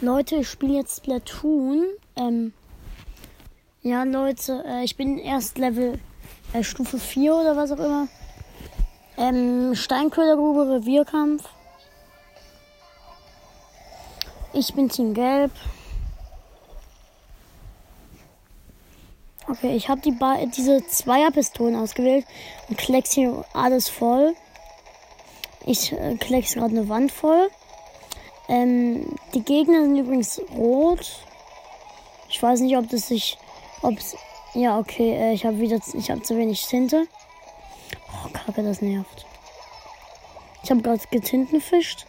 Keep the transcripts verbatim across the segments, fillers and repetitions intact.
Leute, ich spiele jetzt Splatoon. Ähm, ja, Leute, äh, ich bin erst Level äh, Stufe vier oder was auch immer. Ähm, Steinködergrube, Revierkampf. Ich bin Team Gelb. Okay, ich habe die ba- diese Zweierpistolen ausgewählt und klecks hier alles voll. Ich äh, klecks gerade eine Wand voll. Ähm, die Gegner sind übrigens rot. Ich weiß nicht, ob das sich, ob's, ja okay, äh, ich habe wieder, ich habe zu wenig Tinte. Oh, Kacke, das nervt. Ich habe gerade getintenfischt.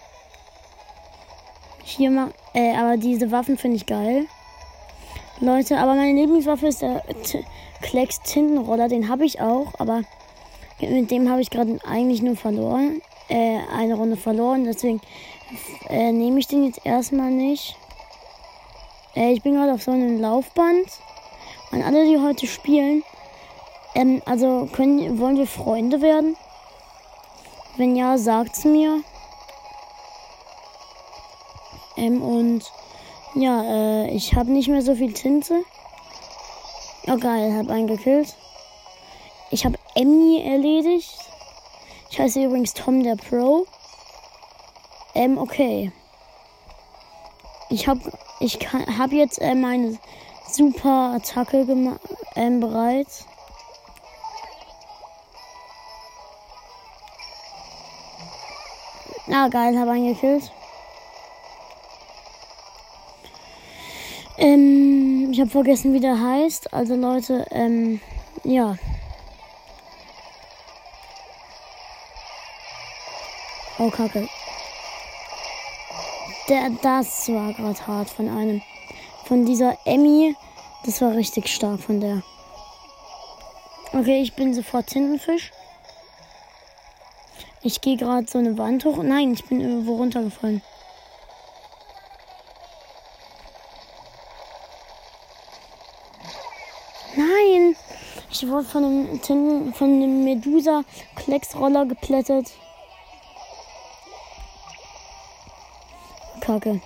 Hier mal, äh, aber diese Waffen finde ich geil. Leute, aber meine Lieblingswaffe ist der T- Klecks Tintenroller. Den habe ich auch, aber mit dem habe ich gerade eigentlich nur verloren. Äh, eine Runde verloren. Deswegen äh, nehme ich den jetzt erstmal nicht. Äh, ich bin gerade auf so einem Laufband. An alle, die heute spielen. Ähm, also können, wollen wir Freunde werden? Wenn ja, sagt's mir. Ähm, und ja, äh, ich habe nicht mehr so viel Tinte. Oh geil, hab einen gekillt. Ich habe Emmy erledigt. Ich heiße übrigens Tom der Pro. Ähm, okay. Ich habe ich kann, hab jetzt äh, meine super Attacke gema- ähm, bereit. Ah, geil, hab einen gekillt. Ähm, ich habe vergessen, wie der heißt. Also Leute, ähm, ja. Oh, Kacke. Der, das war gerade hart von einem. Von dieser Emmy. Das war richtig stark von der. Okay, ich bin sofort Tintenfisch. Ich gehe gerade so eine Wand hoch. Nein, ich bin irgendwo runtergefallen. Nein! Ich wurde von einem, Tinten, von einem Medusa-Klecksroller geplättet. Kacke.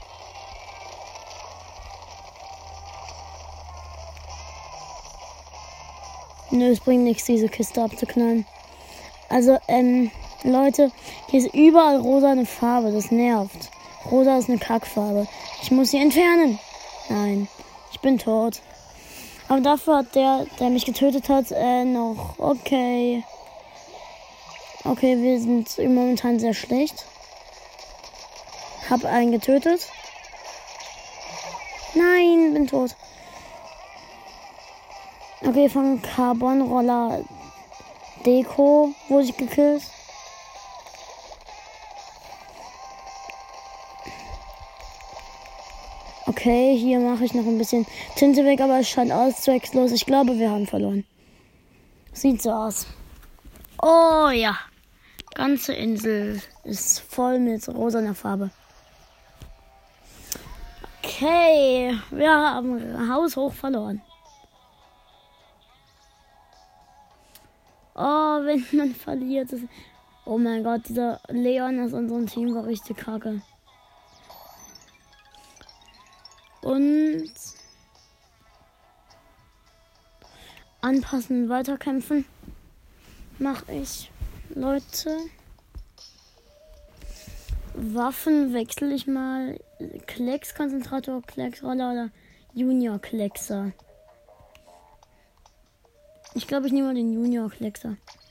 Nö, es bringt nichts, diese Kiste abzuknallen. Also, ähm, Leute, hier ist überall rosa eine Farbe. Das nervt. Rosa ist eine Kackfarbe. Ich muss sie entfernen. Nein, ich bin tot. Aber dafür hat der, der mich getötet hat, äh, noch... Okay. Okay, wir sind momentan sehr schlecht. Hab einen getötet. Nein, bin tot. Okay, von Carbon-Roller Deko wurde ich gekillt. Okay, hier mache ich noch ein bisschen Tinte weg, aber es scheint ausweglos. Ich glaube, wir haben verloren. Sieht so aus. Oh ja. Ganze Insel ist voll mit rosaner Farbe. Okay, wir haben haushoch verloren. Oh, wenn man verliert. Ist... Oh mein Gott, dieser Leon aus unserem Team war richtig kacke. Und anpassen, weiterkämpfen mache ich, Leute. Waffen wechsle ich mal. Klecks-Konzentrator, Klecksroller oder Junior-Kleckser. Ich glaube, ich nehme mal den Junior-Kleckser.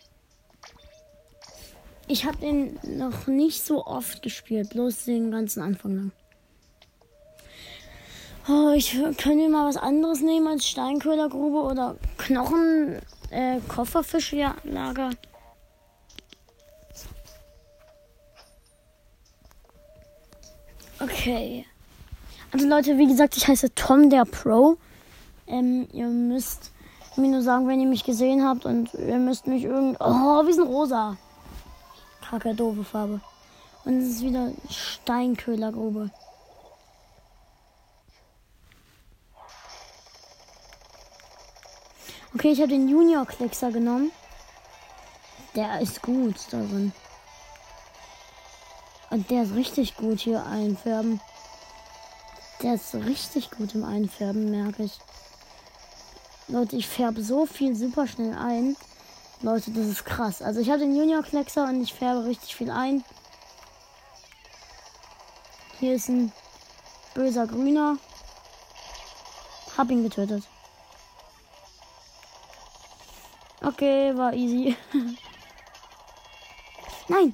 Ich habe den noch nicht so oft gespielt, bloß den ganzen Anfang lang. Oh, ich könnte mal was anderes nehmen als Steinködergrube oder Knochen, äh, Kofferfischlager. Okay. Also Leute, wie gesagt, ich heiße Tom der Pro. Ähm, ihr müsst mir nur sagen, wenn ihr mich gesehen habt und ihr müsst mich irgend... Oh, wir sind rosa. Kacke, doofe Farbe. Und es ist wieder Steinködergrube. Okay, ich habe den Junior-Kleckser genommen. Der ist gut darin. Und der ist richtig gut hier einfärben. Der ist richtig gut im Einfärben, merke ich. Leute, ich färbe so viel super schnell ein. Leute, das ist krass. Also ich habe den Junior Kleckser und ich färbe richtig viel ein. Hier ist ein böser Grüner. Hab ihn getötet. Okay, war easy. Nein!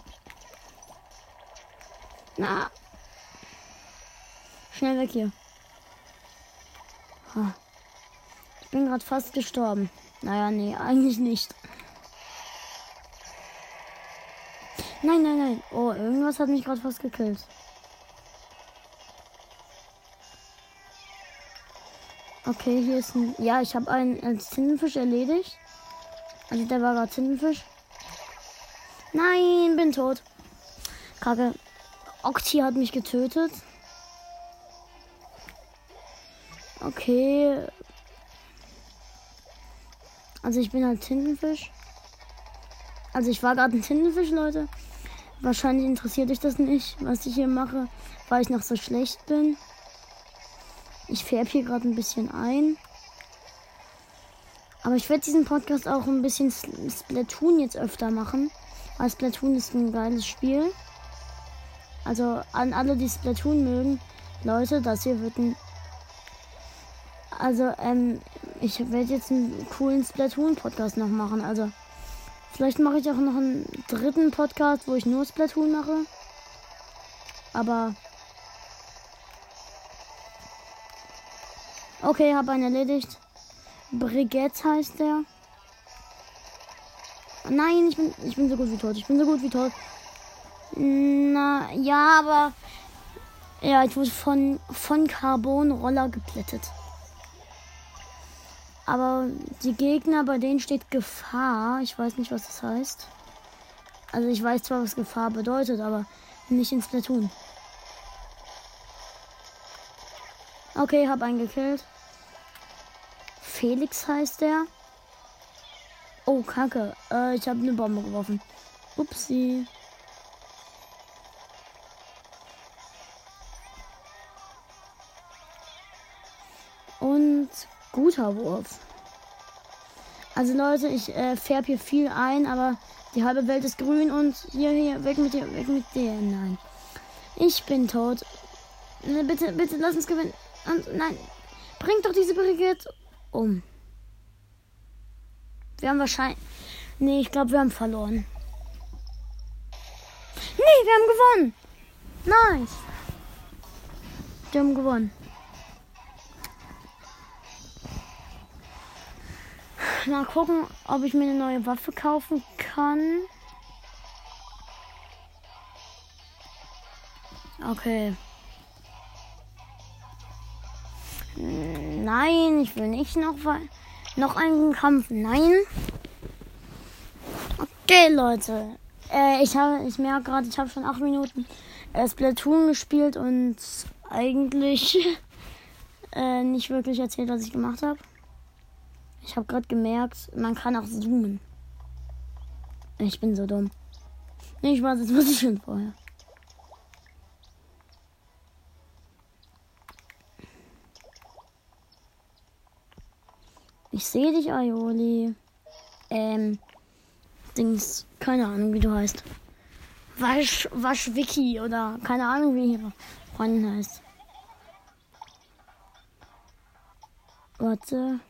Na! Schnell weg hier. Ha. Ich bin gerade fast gestorben. Naja, nee, eigentlich nicht. Nein, nein, nein. Oh, irgendwas hat mich gerade fast gekillt. Okay, hier ist ein... Ja, ich habe einen als Tintenfisch erledigt. Also der war gerade Tintenfisch. Nein, bin tot. Kacke. Okti hat mich getötet. Okay. Also ich bin halt Tintenfisch. Also ich war gerade ein Tintenfisch, Leute. Wahrscheinlich interessiert euch das nicht, was ich hier mache, weil ich noch so schlecht bin. Ich färbe hier gerade ein bisschen ein. Aber ich werde diesen Podcast auch ein bisschen Splatoon jetzt öfter machen. Weil Splatoon ist ein geiles Spiel. Also an alle, die Splatoon mögen. Leute, das hier wird ein... Also, ähm, ich werde jetzt einen coolen Splatoon-Podcast noch machen. Also, vielleicht mache ich auch noch einen dritten Podcast, wo ich nur Splatoon mache. Aber... Okay, habe einen erledigt. Brigitte heißt der. Nein, ich bin, ich bin so gut wie tot. Ich bin so gut wie tot. Na, ja, aber... Ja, ich wurde von, von Carbon-Roller geplättet. Aber die Gegner, bei denen steht Gefahr. Ich weiß nicht, was das heißt. Also ich weiß zwar, was Gefahr bedeutet, aber nicht in Splatoon. Okay, hab einen gekillt. Felix heißt der. Oh, Kacke. Äh, ich habe eine Bombe geworfen. Upsi. Und guter Wurf. Also Leute, ich äh, färbe hier viel ein, aber die halbe Welt ist grün und hier, hier, weg mit dir, weg mit dir. Nein. Ich bin tot. Bitte, bitte, lass uns gewinnen. Und nein. Bringt doch diese Brigitte um. Wir haben wahrscheinlich... Nee, ich glaube, wir haben verloren. Nee, wir haben gewonnen. Nice. Wir haben gewonnen. Mal gucken, ob ich mir eine neue Waffe kaufen kann. Okay. Nein, ich will nicht noch, noch einen Kampf. Nein. Okay, Leute. Äh, ich habe, ich merke gerade, ich habe schon acht Minuten äh, Splatoon gespielt und eigentlich äh, nicht wirklich erzählt, was ich gemacht habe. Ich habe gerade gemerkt, man kann auch zoomen. Ich bin so dumm. Nee, ich weiß, das wusste ich schon vorher. Ich sehe dich, Aioli. Ähm, Dings, keine Ahnung, wie du heißt. Wasch, Waschwiki oder keine Ahnung, wie ihre Freundin heißt. Warte.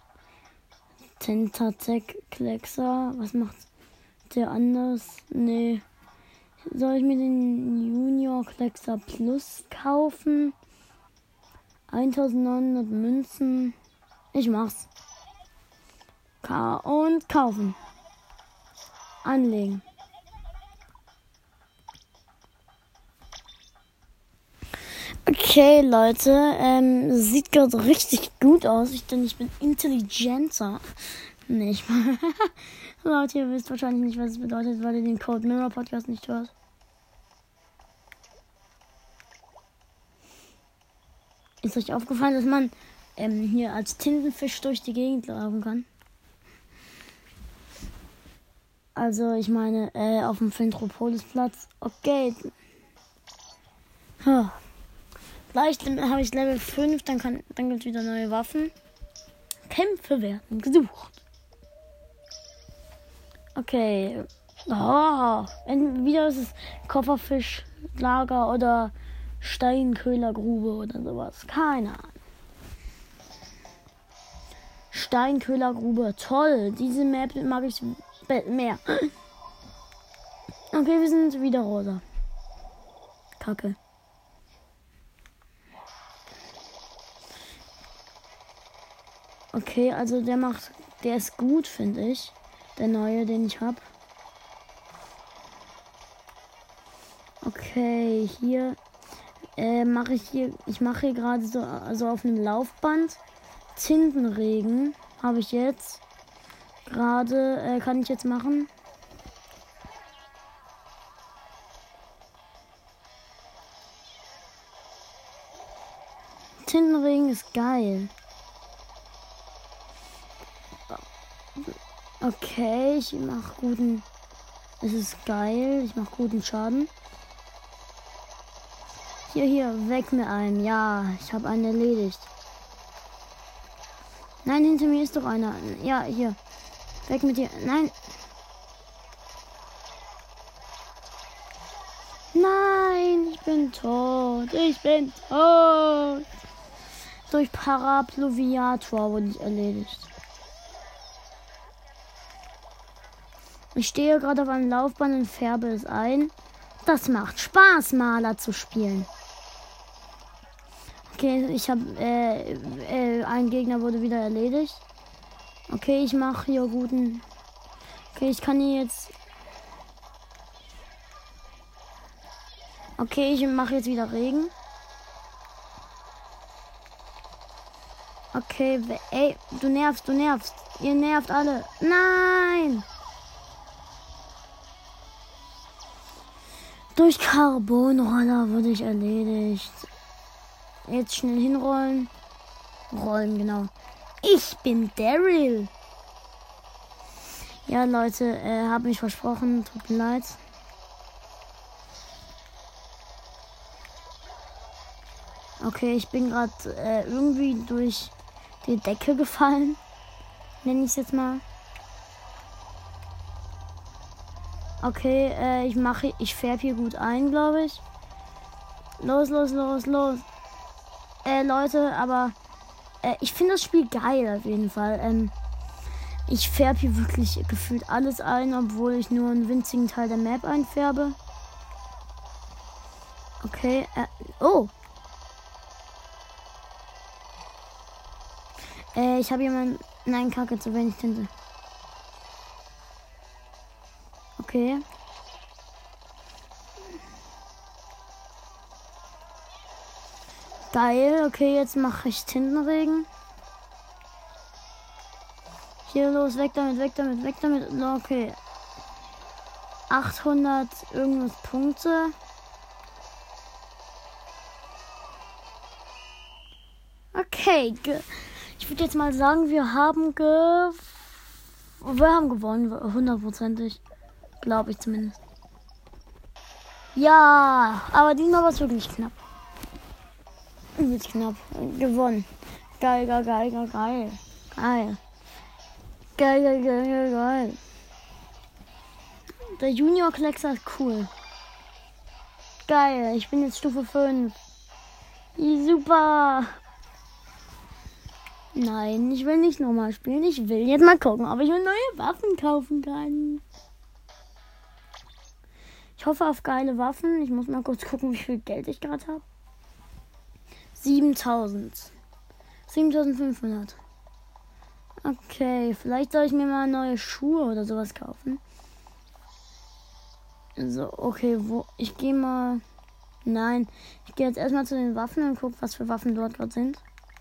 Tentatec Kleckser. Was macht der anders? Nee. Soll ich mir den Junior Kleckser Plus kaufen? eintausendneunhundert Münzen. Ich mach's. Ka- und kaufen. Anlegen. Okay, Leute. Ähm, sieht gerade richtig gut aus. Ich denke, ich bin intelligenter. Nicht mal. Leute, ihr wisst wahrscheinlich nicht, was es bedeutet, weil ihr den Code Mirror Podcast nicht hört. Ist euch aufgefallen, dass man ähm, hier als Tintenfisch durch die Gegend laufen kann? Also, ich meine, äh, auf dem Phantropolisplatz. Okay. Huh. Gleich habe ich Level fünf, dann, kann, dann gibt es wieder neue Waffen. Kämpfe werden gesucht. Okay. Oh, wieder ist es Kofferfischlager oder Steinköhlergrube oder sowas. Keine Ahnung. Steinköhlergrube. Toll. Diese Map mag ich mehr. Okay, wir sind wieder rosa. Kacke. Okay, also der macht, der ist gut, finde ich. Der neue, den ich habe. Okay, hier äh, mache ich hier, ich mache hier gerade so also auf einem Laufband. Tintenregen habe ich jetzt. Gerade äh, kann ich jetzt machen. Tintenregen ist geil. Okay, ich mache guten. Es ist geil. Ich mache guten Schaden. Hier, hier, weg mit einem. Ja, ich habe einen erledigt. Nein, hinter mir ist doch einer. Ja, hier. Weg mit dir. Nein. Nein, ich bin tot. Ich bin tot. Durch Parapluviator wurde ich erledigt. Ich stehe gerade auf einem Laufband und färbe es ein. Das macht Spaß, Maler zu spielen. Okay, ich habe äh, äh, ein Gegner wurde wieder erledigt. Okay, ich mache hier guten. Okay, ich kann hier jetzt. Okay, ich mache jetzt wieder Regen. Okay, ey, du nervst, du nervst. Ihr nervt alle. Nein! Durch Carbonroller wurde ich erledigt. Jetzt schnell hinrollen. Rollen, genau. Ich bin Daryl. Ja, Leute, äh, habe mich versprochen. Tut mir leid. Okay, ich bin gerade äh, irgendwie durch die Decke gefallen. Nenne ich es jetzt mal. Okay, äh, ich mache, ich färbe hier gut ein, glaube ich. Los, los, los, los. Äh, Leute, aber äh, ich finde das Spiel geil auf jeden Fall. Ähm, ich färbe hier wirklich gefühlt alles ein, obwohl ich nur einen winzigen Teil der Map einfärbe. Okay, äh, oh. Äh, ich habe jemanden, nein, Kacke, zu wenig Tinte. Okay. Geil, okay, jetzt mache ich Tintenregen. Hier los, weg damit, weg damit, weg damit. Okay. achthundert irgendwas Punkte. Okay, ich würde jetzt mal sagen, wir haben ge... Wir haben gewonnen, hundertprozentig. Glaube ich zumindest. Ja, aber diesmal war es wirklich knapp. Übelst knapp. Gewonnen. Geil, geil, geil, geil, geil. Geil. Geil, geil, geil, geil, geil. Der Junior Kleckser ist cool. Geil, ich bin jetzt Stufe fünf. Super. Nein, ich will nicht nochmal spielen. Ich will jetzt mal gucken, ob ich mir neue Waffen kaufen kann. Ich hoffe auf geile Waffen. Ich muss mal kurz gucken, wie viel Geld ich gerade habe. siebentausend. siebentausendfünfhundert. Okay, vielleicht soll ich mir mal neue Schuhe oder sowas kaufen. So, okay, wo... Ich gehe mal... Nein, ich gehe jetzt erstmal zu den Waffen und gucke, was für Waffen dort gerade sind.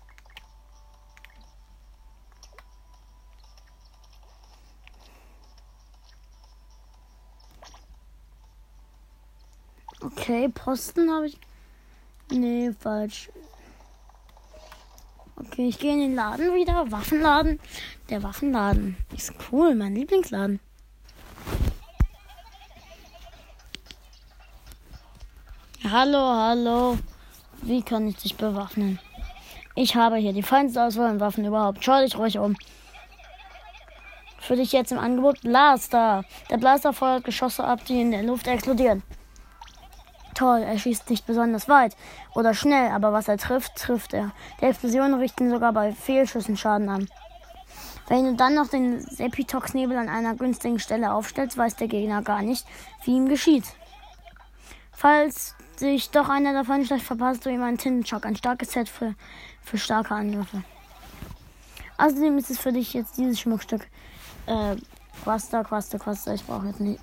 Okay, Posten habe ich... Nee, falsch. Okay, ich gehe in den Laden wieder. Waffenladen. Der Waffenladen ist cool, mein Lieblingsladen. Hallo, hallo. Wie kann ich dich bewaffnen? Ich habe hier die feinste Auswahl an Waffen überhaupt. Schau dich ruhig um. Für dich jetzt im Angebot Blaster. Der Blaster feuert Geschosse ab, die in der Luft explodieren. Toll, er schießt nicht besonders weit oder schnell, aber was er trifft, trifft er. Die Explosionen richten sogar bei Fehlschüssen Schaden an. Wenn du dann noch den Sepitox-Nebel an einer günstigen Stelle aufstellst, weiß der Gegner gar nicht, wie ihm geschieht. Falls sich doch einer davon schlägt, verpasst du ihm einen Tintenschock, ein starkes Set für, für starke Angriffe. Außerdem ist es für dich jetzt dieses Schmuckstück. Äh, Quaster, Quaster, Quaster, ich brauche jetzt nicht.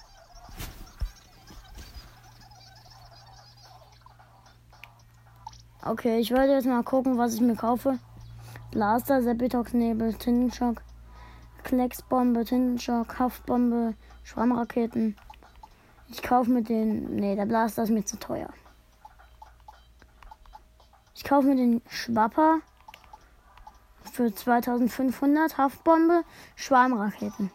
Okay, ich werde jetzt mal gucken, was ich mir kaufe. Blaster, Sepitox-Nebel, Tintenschock, Klecksbombe, Tintenschock, Haftbombe, Schwammraketen. Ich kaufe mir den... Nee, der Blaster ist mir zu teuer. Ich kaufe mir den Schwapper für zweitausendfünfhundert, Haftbombe, Schwarmraketen.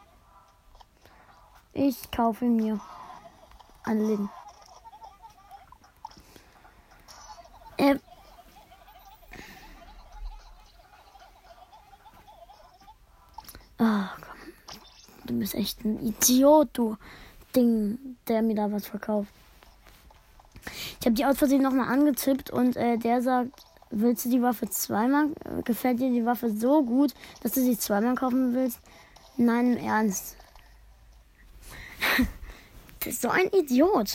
Ich kaufe mir alle Läden. Äh, oh, komm. Du bist echt ein Idiot, du Ding, der mir da was verkauft. Ich habe die aus Versehen nochmal angetippt und äh, der sagt, willst du die Waffe zweimal? Gefällt dir die Waffe so gut, dass du sie zweimal kaufen willst? Nein, im Ernst. Das ist so ein Idiot.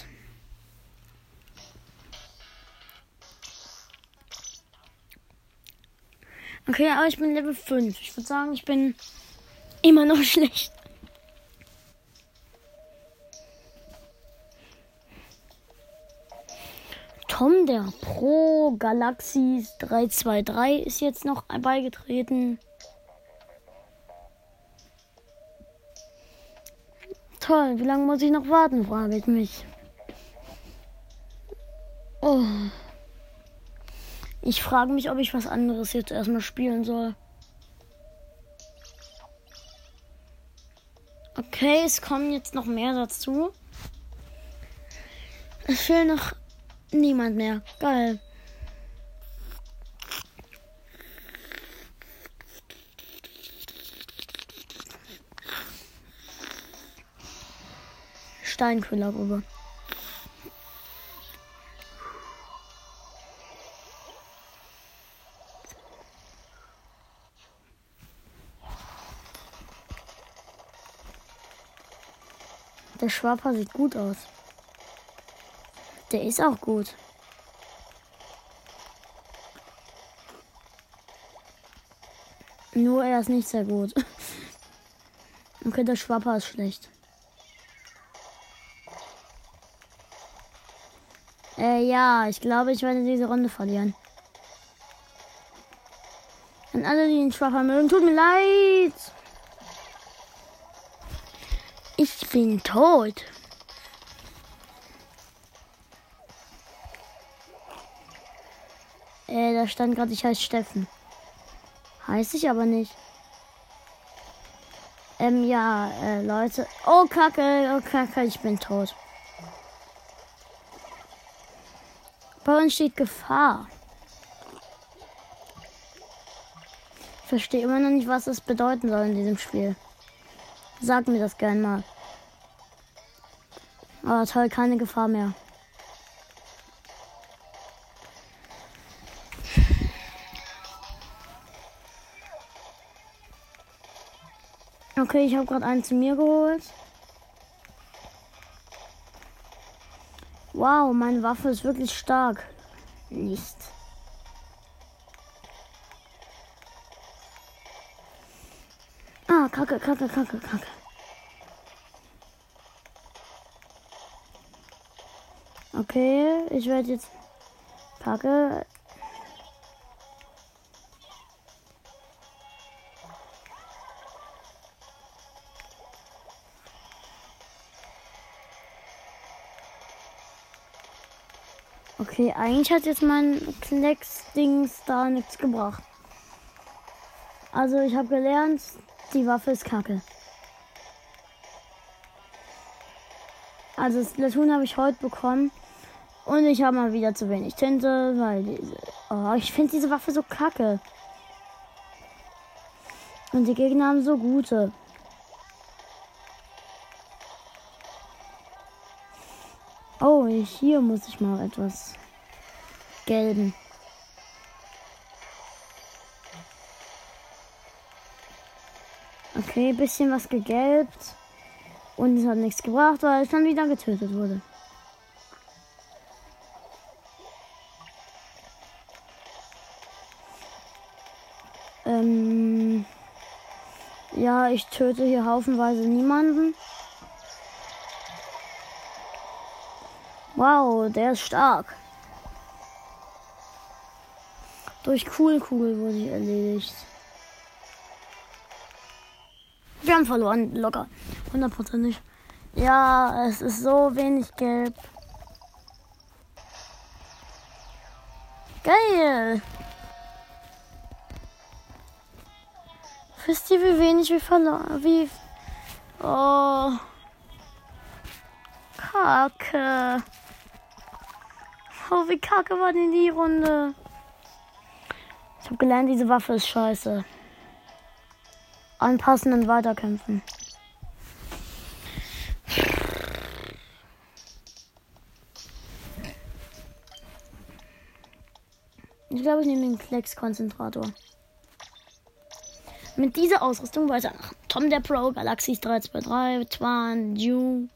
Okay, aber ich bin Level fünf. Ich würde sagen, ich bin immer noch schlecht. Tom, der Pro Galaxis drei zwei drei ist jetzt noch beigetreten. Toll, wie lange muss ich noch warten, frage ich mich. Oh. Ich frage mich, ob ich was anderes jetzt erstmal spielen soll. Okay, es kommen jetzt noch mehr dazu. Es fehlt noch niemand mehr. Geil. Steinköhlergrube. Der Schwapper sieht gut aus. Der ist auch gut. Nur er ist nicht sehr gut. Okay, der Schwapper ist schlecht. Äh, ja, ich glaube, ich werde diese Runde verlieren. An alle, die den Schwapper mögen, tut mir leid. Ich bin tot. Äh, da stand gerade, ich heiße Steffen. Heiß ich aber nicht. Ähm, ja, äh, Leute. Oh, Kacke, oh, Kacke, ich bin tot. Bei uns steht Gefahr. Ich verstehe immer noch nicht, was das bedeuten soll in diesem Spiel. Sag mir das gern mal. Aber toll, keine Gefahr mehr. Okay, ich habe gerade einen zu mir geholt. Wow, meine Waffe ist wirklich stark. Nicht. Ah, Kacke, Kacke, Kacke, Kacke. Okay, ich werde jetzt Kacke. Okay, eigentlich hat jetzt mein Klecks-Dings da nichts gebracht. Also ich habe gelernt, die Waffe ist kacke. Also Splatoon habe ich heute bekommen Und ich habe mal wieder zu wenig Tinte, weil diese... Oh, ich finde diese Waffe so kacke. Und die Gegner haben so gute. Oh, hier muss ich mal etwas gelben. Okay, bisschen was gegelbt. Und es hat nichts gebracht, weil es dann wieder getötet wurde. Ähm... Ja, ich töte hier haufenweise niemanden. Wow, der ist stark. Durch Coolkugel wurde ich erledigt. Wir haben verloren, locker. Hundertprozentig. Ja, es ist so wenig gelb. Geil. Wisst ihr, wie wenig wir verloren? Wie... Oh... Kacke. Oh, wie kacke war denn die Runde? Ich habe gelernt, diese Waffe ist scheiße. Anpassen und weiterkämpfen. Ich glaube, ich nehme den Klecks-Konzentrator. Mit dieser Ausrüstung weiter nach Tom der Pro, Galaxis drei zwei drei, Twan, Ju.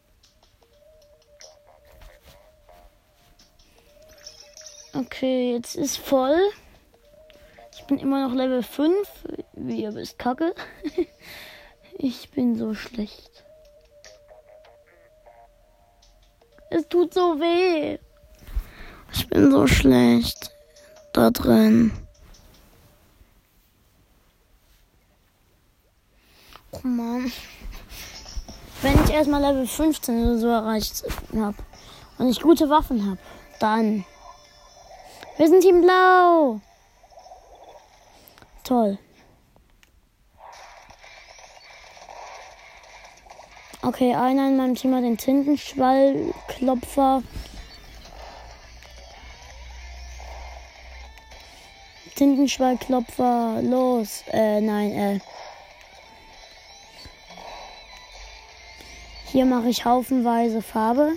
Okay, jetzt ist voll. Ich bin immer noch Level fünf. Wie ihr wisst, kacke. Ich bin so schlecht. Es tut so weh. Ich bin so schlecht da drin. Oh Mann. Wenn ich erstmal Level fünfzehn oder so erreicht habe und ich gute Waffen habe, dann... Wir sind Team Blau. Toll. Okay, einer in meinem Team hat den Tintenschwallklopfer. Tintenschwallklopfer, los. Äh, nein, äh. Hier mache ich haufenweise Farbe.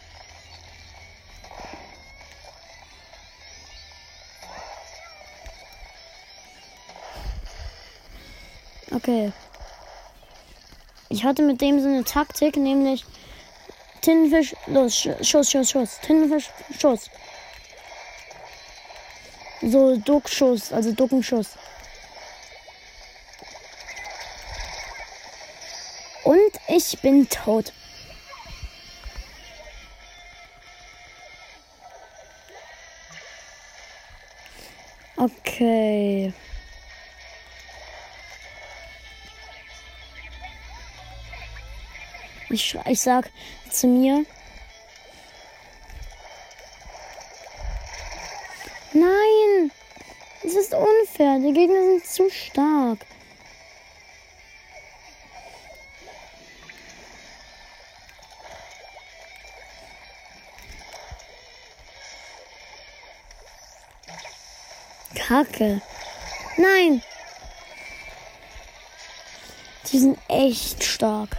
Okay. Ich hatte mit dem so eine Taktik, nämlich Tintenfisch, los, Schuss, Schuss, Schuss, Tintenfisch, Schuss. So Duckschuss, also Duckenschuss. Und ich bin tot. Okay. Ich, ich sag zu mir. Nein! Es ist unfair. Die Gegner sind zu stark. Kacke. Nein! Die sind echt stark.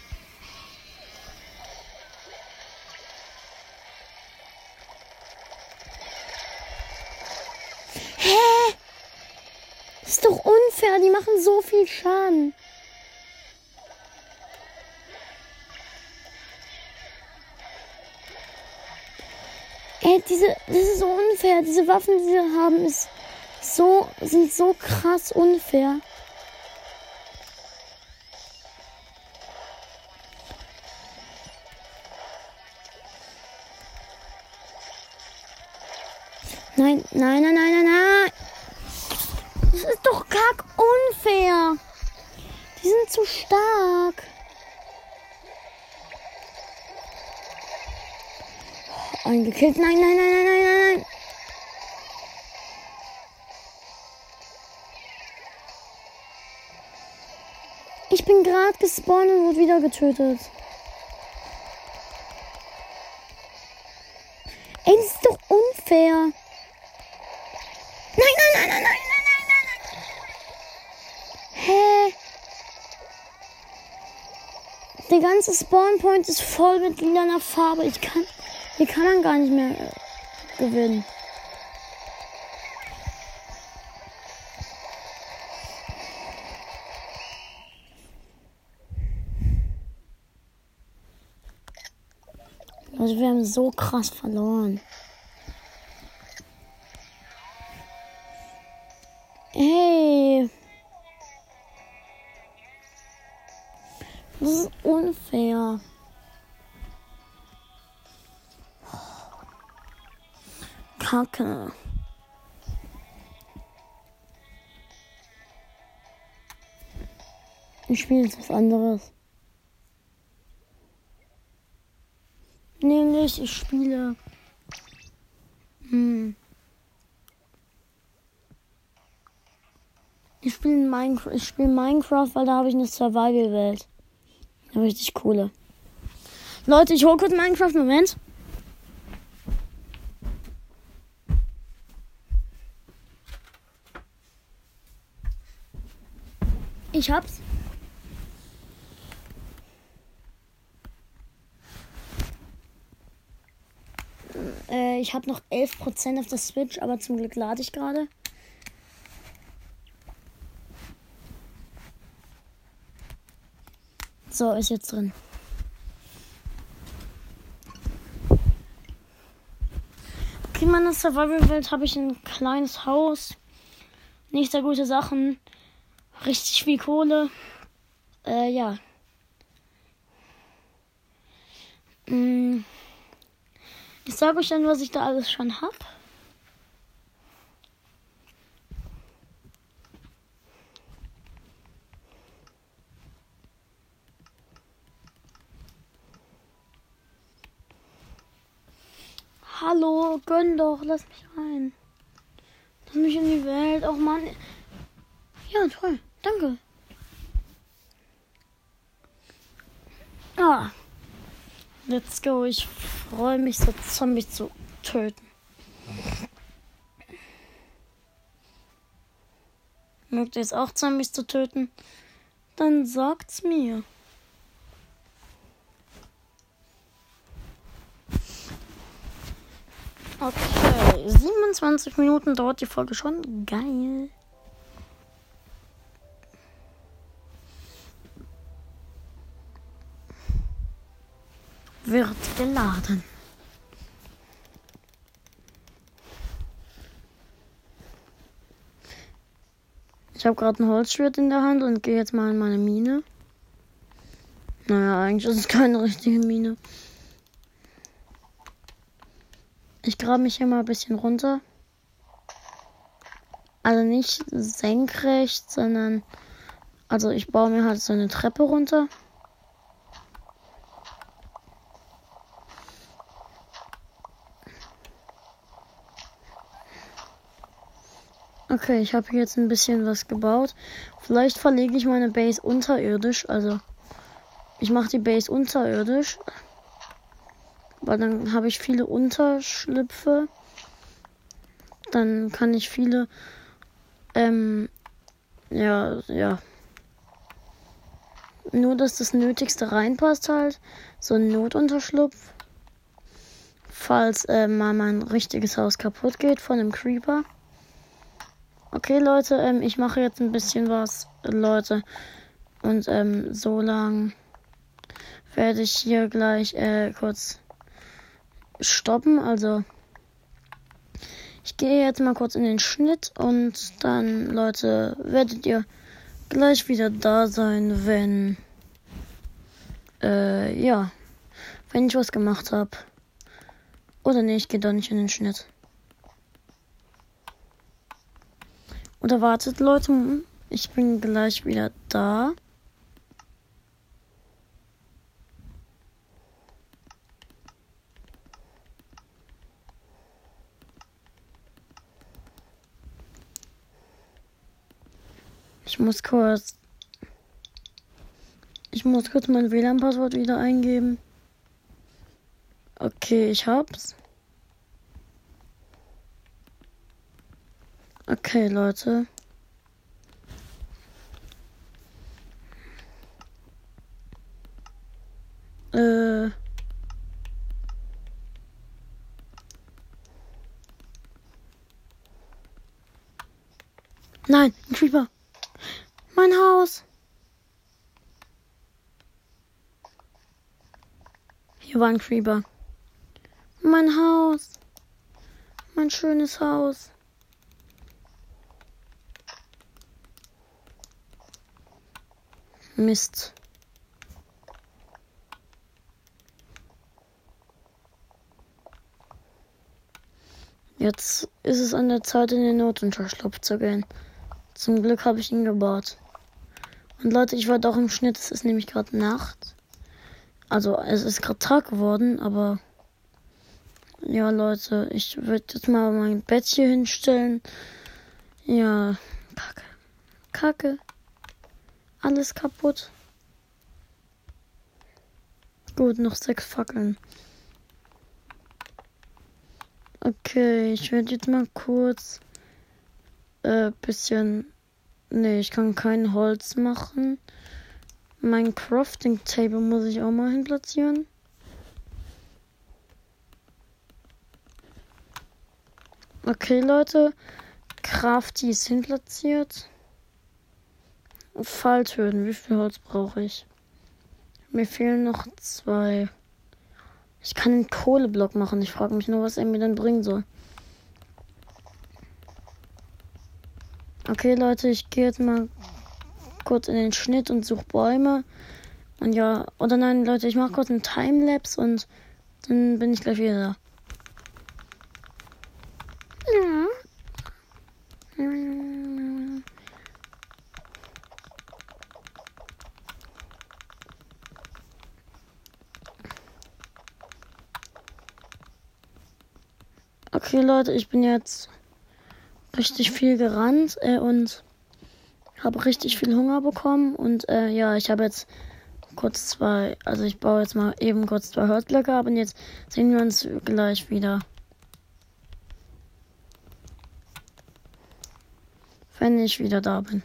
Hä? Das ist doch unfair. Die machen so viel Schaden. Ey, diese, das ist so unfair. Diese Waffen, die sie haben, ist so, sind so krass unfair. Nein, nein, nein, nein, nein, nein. Das ist doch kack unfair. Die sind zu stark. Oh, eingekillt. Nein, nein, nein, nein, nein, nein, nein. Ich bin gerade gespawnt und wurde wieder getötet. Ey, das nein, nein, nein, nein, nein, nein, nein. Hä? Der ganze Spawnpoint ist voll mit lilaner Farbe. Ich kann, hier kann man gar nicht mehr äh, gewinnen. Also wir haben so krass verloren. Hey. Das ist unfair. Kacke. Ich spiele jetzt was anderes. Nämlich, ich spiele. Hm. Ich spiele Minecraft. Ich spiele Minecraft, weil da habe ich eine Survival-Welt. Eine richtig coole. Leute, ich hole kurz Minecraft. Moment. Ich hab's. Äh, ich habe noch elf Prozent auf der Switch, aber zum Glück lade ich gerade. So, ist jetzt drin. Okay, in meiner Survival-Welt habe ich ein kleines Haus. Nicht sehr gute Sachen. Richtig viel Kohle. Äh, ja. Mm. Ich sage euch dann, was ich da alles schon habe. Hallo, gönn doch, lass mich rein. Lass mich in die Welt. Oh Mann. Ja, toll. Danke. Ah. Let's go. Ich freue mich, so Zombies zu töten. Mögt ihr es auch, Zombies zu töten? Dann sagt's mir. Okay, siebenundzwanzig Minuten dauert die Folge schon. Geil. Wird geladen. Ich habe gerade ein Holzschwert in der Hand und gehe jetzt mal in meine Mine. Naja, eigentlich ist es keine richtige Mine. Ich grabe mich hier mal ein bisschen runter. Also nicht senkrecht, sondern... Also ich baue mir halt so eine Treppe runter. Okay, ich habe hier jetzt ein bisschen was gebaut. Vielleicht verlege ich meine Base unterirdisch. Also ich mache die Base unterirdisch. Weil dann habe ich viele Unterschlüpfe. Dann kann ich viele... Ähm... Ja, ja. Nur, dass das Nötigste reinpasst halt. So ein Notunterschlupf. Falls äh, mal mein richtiges Haus kaputt geht von einem Creeper. Okay, Leute, ähm, ich mache jetzt ein bisschen was, Leute. Und ähm, so lang werde ich hier gleich äh, kurz stoppen. Also, ich gehe jetzt mal kurz in den Schnitt und dann, Leute, werdet ihr gleich wieder da sein, wenn, äh, ja, wenn ich was gemacht habe. Oder nee, ich gehe doch nicht in den Schnitt. Oder wartet, Leute, ich bin gleich wieder da. Ich muss kurz... Ich muss kurz mein W L A N-Passwort wieder eingeben. Okay, ich hab's. Okay, Leute. Äh. Nein, ein Creeper. Mein Haus. Hier war ein Creeper. Mein Haus. Mein schönes Haus. Mist. Jetzt ist es an der Zeit, in den Notunterschlupf zu gehen. Zum Glück habe ich ihn gebaut. Und Leute, ich war doch im Schnitt. Es ist nämlich gerade Nacht. Also, es ist gerade Tag geworden, aber... Ja, Leute, ich würde jetzt mal mein Bett hier hinstellen. Ja, Kacke. Kacke. Alles kaputt. Gut, noch sechs Fackeln. Okay, ich werde jetzt mal kurz äh, bisschen... Nee, ich kann kein Holz machen. Mein Crafting Table muss ich auch mal hin platzieren. Okay, Leute. Crafty ist hin platziert. Falltüren, wie viel Holz brauche ich? Mir fehlen noch zwei. Ich kann einen Kohleblock machen. Ich frage mich nur, was er mir dann bringen soll. Okay, Leute, ich gehe jetzt mal kurz in den Schnitt und suche Bäume. Und ja, oder nein, Leute, ich mache kurz einen Timelapse und dann bin ich gleich wieder da. Ja. Okay, Leute, ich bin jetzt richtig viel gerannt äh, und habe richtig viel Hunger bekommen. Und äh, ja, ich habe jetzt kurz zwei, also ich baue jetzt mal eben kurz zwei Holzblöcke ab und jetzt sehen wir uns gleich wieder. Wenn ich wieder da bin.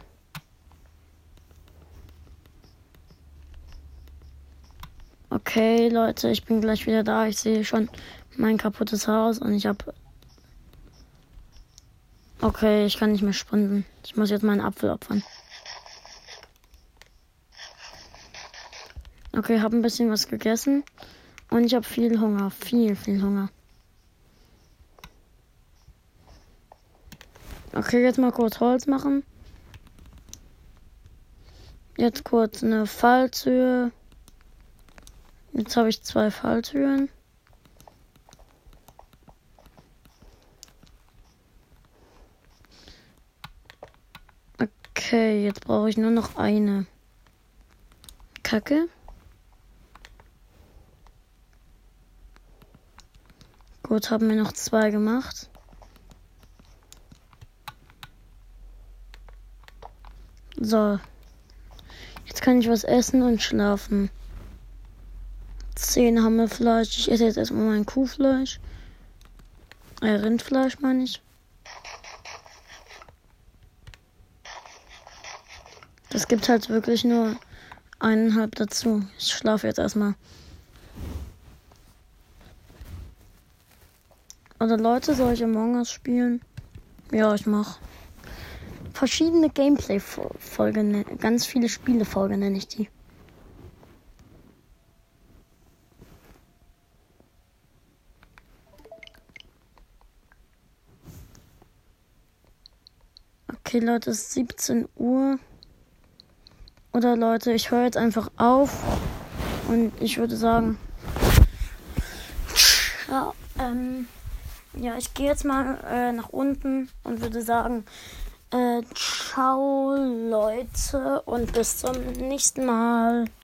Okay, Leute, ich bin gleich wieder da. Ich sehe schon mein kaputtes Haus und ich habe... Okay, ich kann nicht mehr sprinten. Ich muss jetzt meinen Apfel opfern. Okay, habe ein bisschen was gegessen und ich habe viel Hunger. Viel, viel Hunger. Okay, jetzt mal kurz Holz machen. Jetzt kurz eine Falltür. Jetzt habe ich zwei Falltüren. Okay, jetzt brauche ich nur noch eine. Kacke. Gut, haben wir noch zwei gemacht. So. Jetzt kann ich was essen und schlafen. Zehn Hammelfleisch. Ich esse jetzt erstmal mein Kuhfleisch. Äh, Rindfleisch meine ich. Das gibt halt wirklich nur eineinhalb dazu. Ich schlafe jetzt erstmal. Oder Leute, soll ich Among Us spielen? Ja, ich mach. Verschiedene Gameplay-Folgen, ganz viele Spiele-Folgen nenne ich die. Okay, Leute, es ist siebzehn Uhr. Oder Leute, ich höre jetzt einfach auf. Und ich würde sagen... Ja, ähm... Ja, ich gehe jetzt mal äh, nach unten und würde sagen... Äh, ciao, Leute. Und bis zum nächsten Mal.